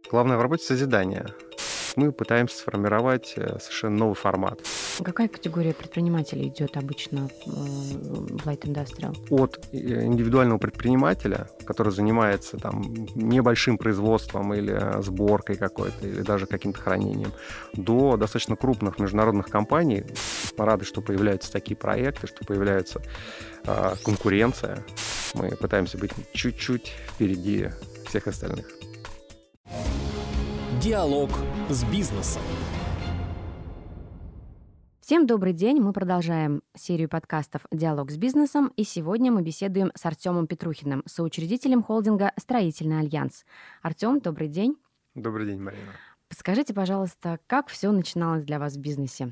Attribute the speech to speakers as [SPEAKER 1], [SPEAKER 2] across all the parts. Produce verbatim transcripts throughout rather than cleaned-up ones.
[SPEAKER 1] Главное в работе созидание. Мы пытаемся сформировать совершенно новый формат.
[SPEAKER 2] Какая категория предпринимателей идет обычно в Light Industrial?
[SPEAKER 1] От индивидуального предпринимателя, который занимается там небольшим производством или сборкой какой-то, или даже каким-то хранением, до достаточно крупных международных компаний. Мы рады, что появляются такие проекты, что появляется э, конкуренция. Мы пытаемся быть чуть-чуть впереди всех остальных.
[SPEAKER 3] Диалог с бизнесом.
[SPEAKER 2] Всем добрый день. Мы продолжаем серию подкастов «Диалог с бизнесом», и сегодня мы беседуем с Артемом Петрухиным, соучредителем холдинга «Строительный альянс». Артем, добрый день.
[SPEAKER 1] Добрый день, Марина.
[SPEAKER 2] Скажите, пожалуйста, как все начиналось для вас в бизнесе?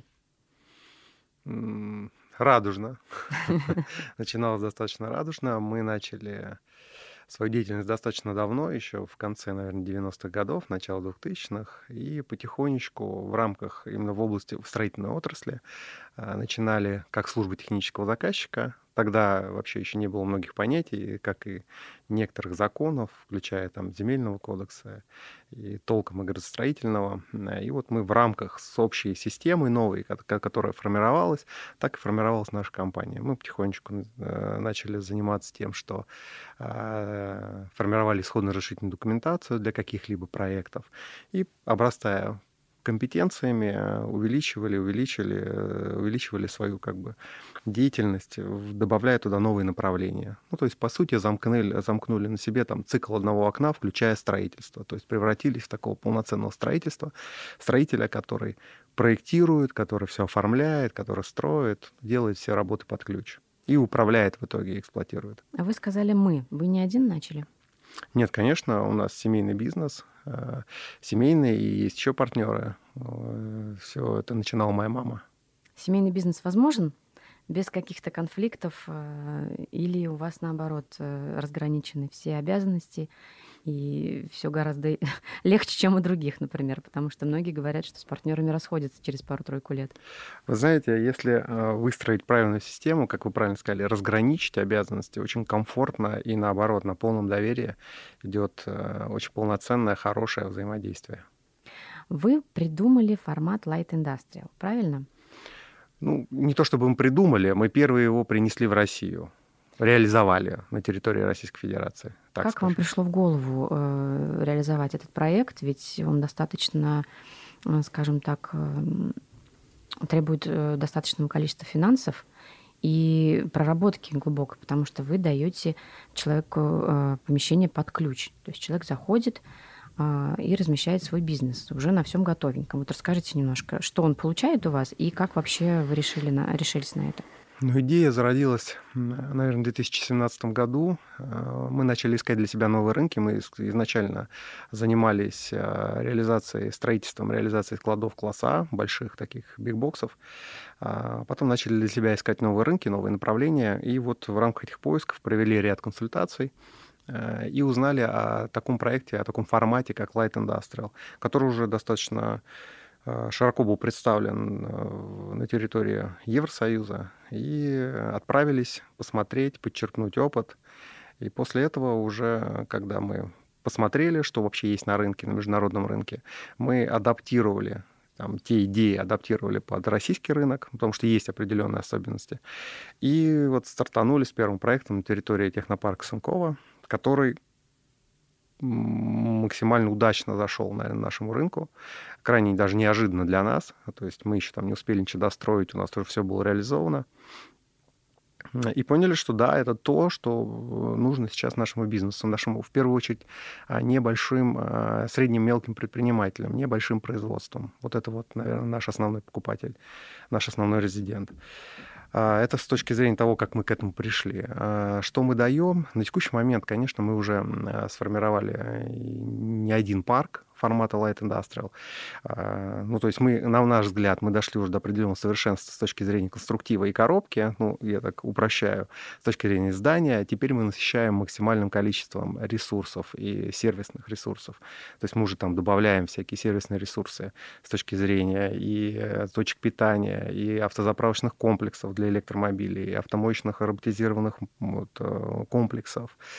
[SPEAKER 1] Радужно. Начиналось достаточно радужно. Мы начали свою деятельность достаточно давно, еще в конце, наверное, девяностых годов, начало двухтысячных, и потихонечку в рамках именно в области в строительной отрасли начинали как служба технического заказчика. Тогда вообще еще не было многих понятий, как и некоторых законов, включая там земельного кодекса и толком и градостроительного. И вот мы в рамках с общей системой новой, которая формировалась, так и формировалась наша компания. Мы потихонечку начали заниматься тем, что формировали исходно-разрешительную документацию для каких-либо проектов и, обрастая компетенциями, увеличивали, увеличили, увеличивали свою как бы деятельность, добавляя туда новые направления. Ну, то есть, по сути, замкнули, замкнули на себе там цикл одного окна, включая строительство. То есть превратились в такого полноценного строительства, строителя, который проектирует, который все оформляет, который строит, делает все работы под ключ и управляет в итоге, эксплуатирует.
[SPEAKER 2] А вы сказали «мы». Вы не один начали?
[SPEAKER 1] Нет, конечно, у нас семейный бизнес, семейный, и есть еще партнеры. Все это начинала моя мама.
[SPEAKER 2] Семейный бизнес возможен без каких-то конфликтов, или у вас, наоборот, разграничены все обязанности, и все гораздо легче, чем у других, например, потому что многие говорят, что с партнерами расходятся через пару-тройку лет.
[SPEAKER 1] Вы знаете, если выстроить правильную систему, как вы правильно сказали, разграничить обязанности, очень комфортно и, наоборот, на полном доверии идет очень полноценное, хорошее взаимодействие.
[SPEAKER 2] Вы придумали формат Light Industrial, правильно?
[SPEAKER 1] Ну, не то чтобы мы придумали, мы первые его принесли в Россию, реализовали на территории Российской Федерации. Так
[SPEAKER 2] как
[SPEAKER 1] скажем.
[SPEAKER 2] Вам пришло в голову э, реализовать этот проект? Ведь он достаточно, э, скажем так, э, требует э, достаточного количества финансов и проработки глубокой, потому что вы даете человеку э, помещение под ключ. То есть человек заходит э, и размещает свой бизнес уже на всем готовеньком. Вот расскажите немножко, что он получает у вас и как вообще вы решили на, решились на это?
[SPEAKER 1] Ну, идея зародилась, наверное, в две тысячи семнадцатом году. Мы начали искать для себя новые рынки. Мы изначально занимались реализацией, строительством, реализацией складов класса А, больших таких бигбоксов. Потом начали для себя искать новые рынки, новые направления. И вот в рамках этих поисков провели ряд консультаций и узнали о таком проекте, о таком формате, как Light Industrial, который уже достаточно широко был представлен на территории Евросоюза, и отправились посмотреть, подчеркнуть опыт. И после этого уже, когда мы посмотрели, что вообще есть на рынке, на международном рынке, мы адаптировали, там, те идеи адаптировали под российский рынок, потому что есть определенные особенности. И вот стартанули с первым проектом на территории технопарка Сенкова, который максимально удачно зашел, наверное, нашему рынку. Крайне даже неожиданно для нас. То есть мы еще там не успели ничего достроить, у нас тоже все было реализовано. И поняли, что да, это то, что нужно сейчас нашему бизнесу, нашему, в первую очередь, небольшим, средним мелким предпринимателям, небольшим производством. Вот это вот, наверное, наш основной покупатель, наш основной резидент. Это с точки зрения того, как мы к этому пришли. Что мы даем? На текущий момент, конечно, мы уже сформировали не один парк формата Light Industrial. Ну, то есть мы, на наш взгляд, мы дошли уже до определенного совершенства с точки зрения конструктива и коробки, ну, я так упрощаю, с точки зрения здания. Теперь мы насыщаем максимальным количеством ресурсов и сервисных ресурсов. То есть мы уже там добавляем всякие сервисные ресурсы с точки зрения и точек питания, и автозаправочных комплексов для электромобилей, и автомоечных роботизированных вот, комплексов,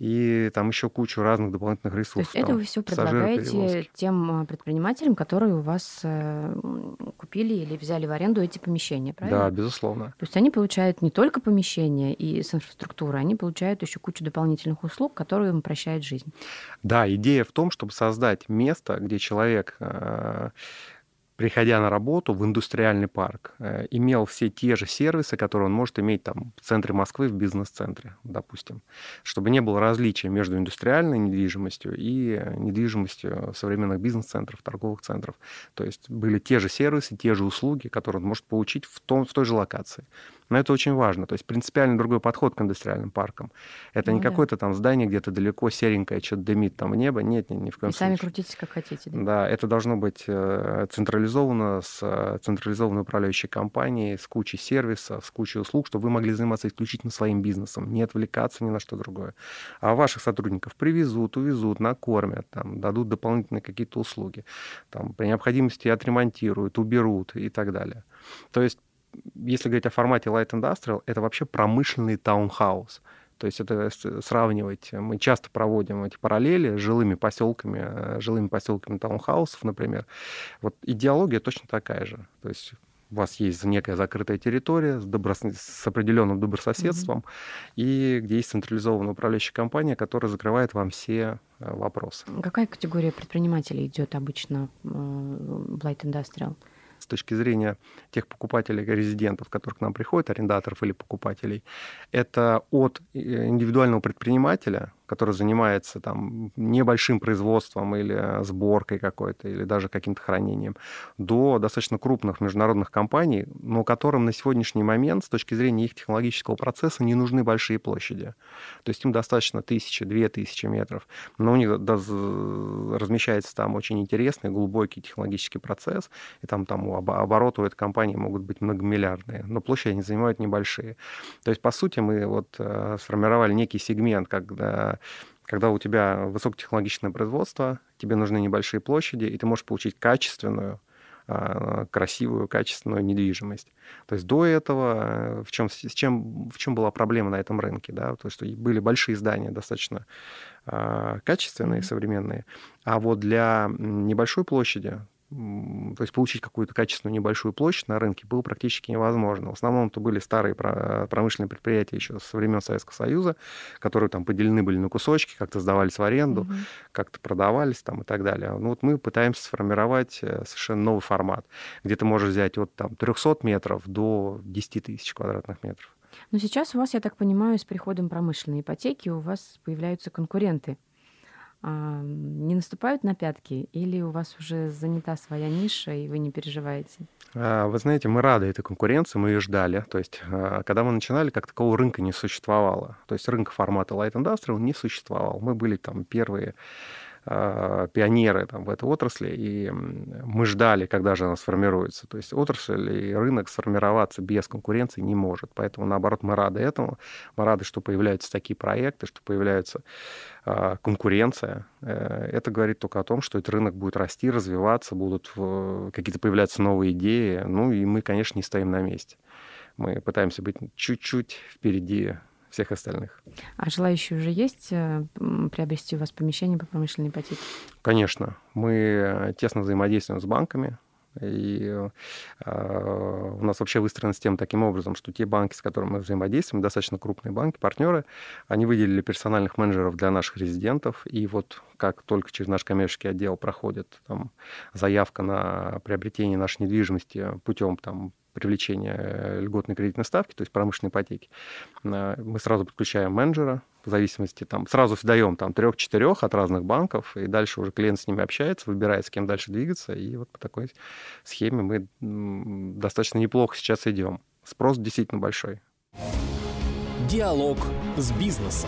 [SPEAKER 1] и там еще кучу разных дополнительных
[SPEAKER 2] То
[SPEAKER 1] ресурсов.
[SPEAKER 2] есть это
[SPEAKER 1] там,
[SPEAKER 2] вы все
[SPEAKER 1] пассажироперевозки.
[SPEAKER 2] предлагаете тем а, предпринимателям, которые у вас э, м, купили или взяли в аренду эти помещения,
[SPEAKER 1] Да,
[SPEAKER 2] правильно?
[SPEAKER 1] безусловно.
[SPEAKER 2] То есть они получают не только помещения и с инфраструктурой, они получают еще кучу дополнительных услуг, которые им упрощают жизнь.
[SPEAKER 1] Да, идея в том, чтобы создать место, где человек, э, приходя на работу в индустриальный парк, э, имел все те же сервисы, которые он может иметь там в центре Москвы, в бизнес-центре, допустим. Чтобы не было различия между индустриальной недвижимостью и э, недвижимостью современных бизнес-центров, торговых центров. То есть были те же сервисы, те же услуги, которые он может получить в, том, в той же локации. Но это очень важно. То есть принципиально другой подход к индустриальным паркам. Это
[SPEAKER 2] Ну
[SPEAKER 1] не
[SPEAKER 2] да.
[SPEAKER 1] какое-то там здание где-то далеко, серенькое, что-то дымит там в небо. Нет, ни, ни в
[SPEAKER 2] И
[SPEAKER 1] коем
[SPEAKER 2] сами
[SPEAKER 1] случае.
[SPEAKER 2] крутитесь как хотите, да?
[SPEAKER 1] Да, это должно быть э, централизовано, с э, централизованной управляющей компанией, с кучей сервисов, с кучей услуг, чтобы вы могли заниматься исключительно своим бизнесом, не отвлекаться ни на что другое. А ваших сотрудников привезут, увезут, накормят, там, дадут дополнительные какие-то услуги, там, при необходимости отремонтируют, уберут и так далее. То есть, если говорить о формате Light Industrial, это вообще промышленный таунхаус. То есть это с- сравнивать, мы часто проводим эти параллели с жилыми поселками, э, жилыми поселками таунхаусов, например. Вот идеология точно такая же. То есть у вас есть некая закрытая территория с, доброс- с определенным
[SPEAKER 2] Мгм.
[SPEAKER 1] добрососедством, и где есть централизованная управляющая компания, которая закрывает вам все э, вопросы.
[SPEAKER 2] Какая категория предпринимателей идет обычно э, в Light Industrial?
[SPEAKER 1] С точки зрения тех покупателей, резидентов, которые к нам приходят, арендаторов или покупателей, это от э, индивидуального предпринимателя, который занимается там небольшим производством или сборкой какой-то, или даже каким-то хранением, до достаточно крупных международных компаний, но которым на сегодняшний момент с точки зрения их технологического процесса не нужны большие площади. То есть им достаточно тысячи, две тысячи метров, но у них доз- размещается там очень интересный, глубокий технологический процесс, и там, там об- обороты у этой компании могут быть многомиллиардные, но площади они занимают небольшие. То есть, по сути, мы вот э, сформировали некий сегмент, когда когда у тебя высокотехнологичное производство, тебе нужны небольшие площади, и ты можешь получить качественную, а, красивую, качественную недвижимость. То есть до этого э, в чем, с чем, в чем была проблема на этом рынке? Да? То есть что были большие здания, достаточно а, качественные,
[SPEAKER 2] Мгм.
[SPEAKER 1] современные, а вот для м, небольшой площади, м, то есть получить какую-то качественную небольшую площадь на рынке было практически невозможно. В основном это были старые про- промышленные предприятия еще со времен Советского Союза, которые там поделены были на кусочки, как-то сдавались в аренду,
[SPEAKER 2] Мгм.
[SPEAKER 1] как-то продавались там и так далее. Ну вот мы пытаемся сформировать э, совершенно новый формат, где ты можешь взять от там трехсот метров до десяти тысяч квадратных метров.
[SPEAKER 2] Но сейчас у вас, я так понимаю, с приходом промышленной ипотеки у вас появляются конкуренты. А, не наступают на пятки или у вас уже занята своя ниша, и вы не переживаете?
[SPEAKER 1] А, Вы знаете, мы рады этой конкуренции, мы ее ждали. То есть, а, когда мы начинали, как такового рынка не существовало. То есть рынка формата Light Industrial не существовал. Мы были там первые а, пионеры там, в этой отрасли, и м, мы ждали, когда же она сформируется. То есть отрасль и рынок сформироваться без конкуренции не может. Поэтому, наоборот, мы рады этому. Мы рады, что появляются такие проекты, что появляются а, конкуренция. Э, Это говорит только о том, что этот рынок будет расти, развиваться, будут э, какие-то появляться новые идеи. Ну и мы, конечно, не стоим на месте. Мы пытаемся быть чуть-чуть впереди всех остальных.
[SPEAKER 2] А желающие уже есть э, м, приобрести у вас помещение по промышленной ипотеке?
[SPEAKER 1] Конечно, мы тесно взаимодействуем с банками, и э, у нас вообще выстроена система таким образом, что те банки, с которыми мы взаимодействуем, достаточно крупные банки, партнеры, они выделили персональных менеджеров для наших резидентов, и вот как только через наш коммерческий отдел проходит там, заявка на приобретение нашей недвижимости путем там, привлечения льготной кредитной ставки, то есть промышленной ипотеки, э, мы сразу подключаем менеджера, в зависимости, там, сразу даем там трех-четырех от разных банков, и дальше уже клиент с ними общается, выбирает, с кем дальше двигаться, и вот по такой схеме мы м, достаточно неплохо сейчас идем. Спрос действительно большой.
[SPEAKER 3] Диалог с бизнесом.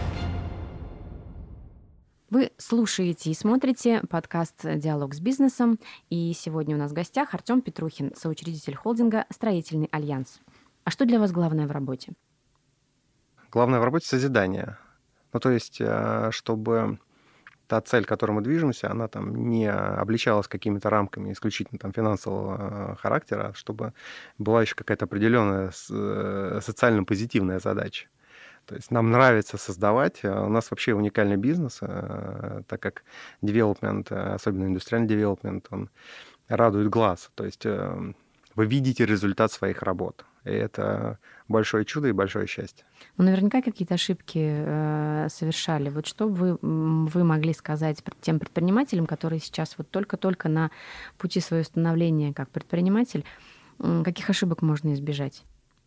[SPEAKER 2] Вы слушаете и смотрите подкаст «Диалог с бизнесом». И сегодня у нас в гостях Артем Петрухин, соучредитель холдинга «Строительный альянс». А что для вас главное в работе?
[SPEAKER 1] Главное в работе — созидание. Ну, то есть, э, чтобы та цель, к которой мы движемся, она там не обличалась какими-то рамками исключительно там финансового э, характера, а чтобы была еще какая-то определенная с- э, социально-позитивная задача. То есть нам нравится создавать. У нас вообще уникальный бизнес, так как development, особенно индустриальный development, он радует глаз. То есть вы видите результат своих работ. И это большое чудо и большое счастье.
[SPEAKER 2] Ну, наверняка какие-то ошибки э, совершали. Вот что вы, вы могли сказать тем предпринимателям, которые сейчас вот только-только на пути своего становления как предприниматель, каких ошибок можно избежать?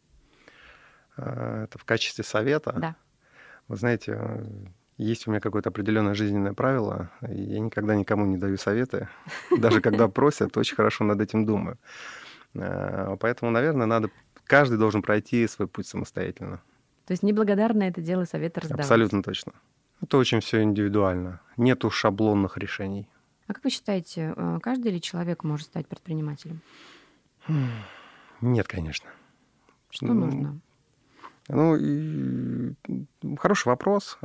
[SPEAKER 1] Это в качестве совета?
[SPEAKER 2] Да.
[SPEAKER 1] Вы знаете, есть у меня какое-то определенное жизненное правило. Я никогда никому не даю советы. Даже когда просят, очень хорошо над этим думаю. Поэтому, наверное, надо... Каждый должен пройти свой путь самостоятельно.
[SPEAKER 2] То есть неблагодарное это дело советы раздавать?
[SPEAKER 1] Абсолютно точно. Это очень все индивидуально. Нету шаблонных решений.
[SPEAKER 2] А как вы считаете, каждый ли человек может стать предпринимателем?
[SPEAKER 1] Нет, конечно.
[SPEAKER 2] Что ну, нужно?
[SPEAKER 1] Ну, и... хороший вопрос.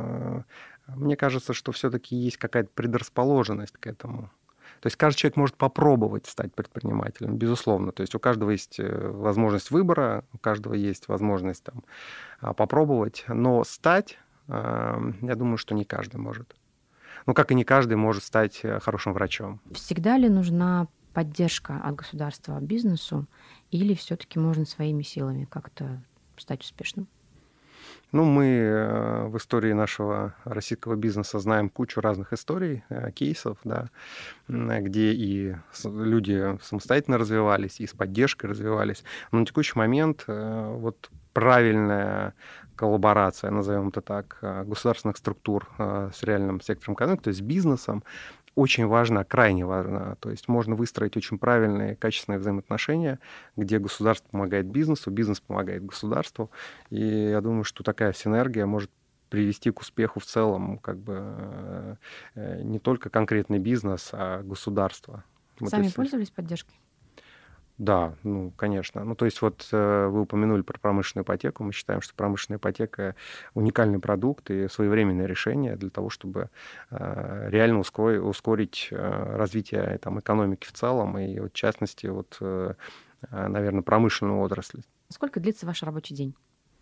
[SPEAKER 1] Мне кажется, что все-таки есть какая-то предрасположенность к этому. То есть каждый человек может попробовать стать предпринимателем, безусловно. То есть у каждого есть возможность выбора, у каждого есть возможность там, попробовать. Но стать, я думаю, что не каждый может. Ну, как и не каждый может стать хорошим врачом.
[SPEAKER 2] Всегда ли нужна поддержка от государства бизнесу, или все-таки можно своими силами как-то стать успешным?
[SPEAKER 1] Ну, мы в истории нашего российского бизнеса знаем кучу разных историй, кейсов, да, где и люди самостоятельно развивались, и с поддержкой развивались. Но на текущий момент вот правильная коллаборация, назовем это так, государственных структур с реальным сектором экономики, то есть с бизнесом, очень важно, крайне важно. То есть можно выстроить очень правильные, качественные взаимоотношения, где государство помогает бизнесу, бизнес помогает государству. И я думаю, что такая синергия может привести к успеху в целом, как бы не только конкретный бизнес, а государство.
[SPEAKER 2] Сами
[SPEAKER 1] есть...
[SPEAKER 2] пользовались поддержкой?
[SPEAKER 1] Да, ну, конечно. Ну, то есть вот вы упомянули про промышленную ипотеку. Мы считаем, что промышленная ипотека — уникальный продукт и своевременное решение для того, чтобы реально ускорить развитие там, экономики в целом и, вот, в частности, вот, наверное, промышленную отрасль.
[SPEAKER 2] Сколько длится ваш рабочий день?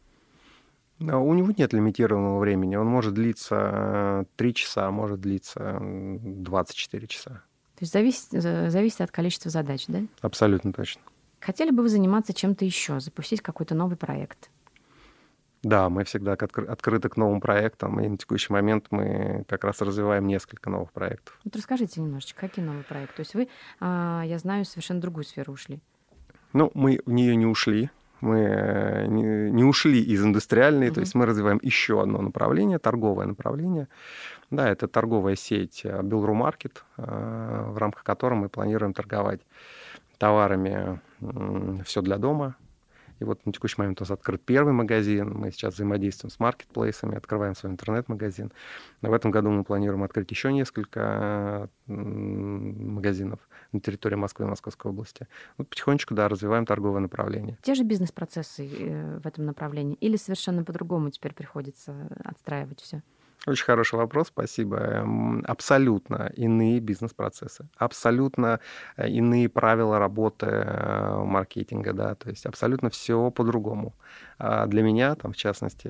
[SPEAKER 1] У него нет лимитированного времени. Он может длиться три часа, может длиться двадцать четыре часа.
[SPEAKER 2] То есть зависит, зависит от количества задач, да?
[SPEAKER 1] Абсолютно точно.
[SPEAKER 2] Хотели бы вы заниматься чем-то еще, запустить какой-то новый проект?
[SPEAKER 1] Да, мы всегда открыты к новым проектам, и на текущий момент мы как раз развиваем несколько новых проектов.
[SPEAKER 2] Вот расскажите немножечко, какие новые проекты? То есть вы, я знаю, в совершенно другую сферу ушли. Ну,
[SPEAKER 1] мы в нее не ушли. Мы не ушли из индустриальной, uh-huh. то есть мы развиваем еще одно направление, торговое направление. Да, это торговая сеть Build.ru Market, в рамках которой мы планируем торговать товарами «Все для дома». И вот на текущий момент у нас открыт первый магазин. Мы сейчас взаимодействуем с маркетплейсами, открываем свой интернет-магазин. В этом году мы планируем открыть еще несколько магазинов на территории Москвы и Московской области. Вот потихонечку, да, развиваем торговое направление.
[SPEAKER 2] Те же бизнес-процессы в этом направлении или совершенно по-другому теперь приходится отстраивать все?
[SPEAKER 1] Очень хороший вопрос, спасибо. Абсолютно иные бизнес-процессы, абсолютно иные правила работы маркетинга, да, то есть абсолютно все по-другому. А для меня, там, в частности,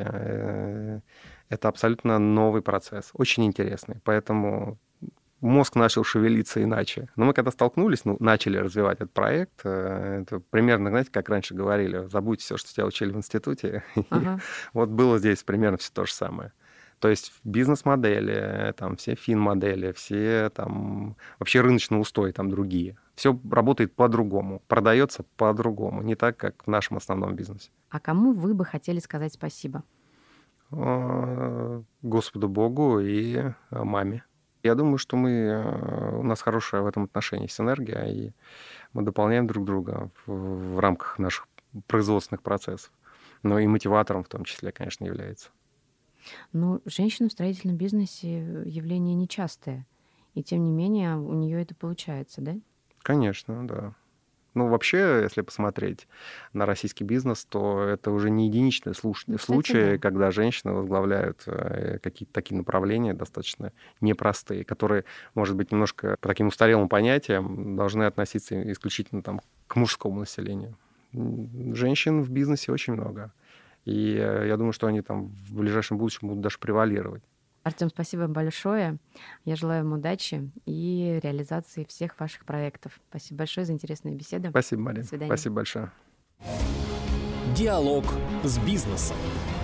[SPEAKER 1] это абсолютно новый процесс, очень интересный, поэтому мозг начал шевелиться иначе. Но мы когда столкнулись, ну, начали развивать этот проект, это примерно, знаете, как раньше говорили, забудьте все, что тебя учили в институте. Ага. Вот было здесь примерно все то же самое. То есть бизнес-модели, там, все фин-модели, все там, вообще рыночный устой, там другие. Все работает по-другому, продается по-другому, не так, как в нашем основном бизнесе.
[SPEAKER 2] А кому вы бы хотели сказать спасибо?
[SPEAKER 1] Господу Богу и маме. Я думаю, что мы, у нас хорошая в этом отношении синергия, и мы дополняем друг друга в, в рамках наших производственных процессов. Но и мотиватором в том числе, конечно, является.
[SPEAKER 2] Ну, женщина в строительном бизнесе явление нечастое, и тем не менее у нее это получается, да?
[SPEAKER 1] Конечно, да. Ну, вообще, если посмотреть на российский бизнес, то это уже не единичные случаи,
[SPEAKER 2] Кстати,
[SPEAKER 1] случаи
[SPEAKER 2] да.
[SPEAKER 1] когда женщины возглавляют какие-то такие направления достаточно непростые, которые, может быть, немножко по таким устарелым понятиям должны относиться исключительно там, к мужскому населению. Женщин в бизнесе очень много. И я думаю, что они там в ближайшем будущем будут даже превалировать.
[SPEAKER 2] Артем, спасибо большое. Я желаю вам удачи и реализации всех ваших проектов. Спасибо большое за интересную беседу.
[SPEAKER 1] Спасибо, Марина.
[SPEAKER 2] До свидания.
[SPEAKER 1] Спасибо большое.
[SPEAKER 3] Диалог с бизнесом.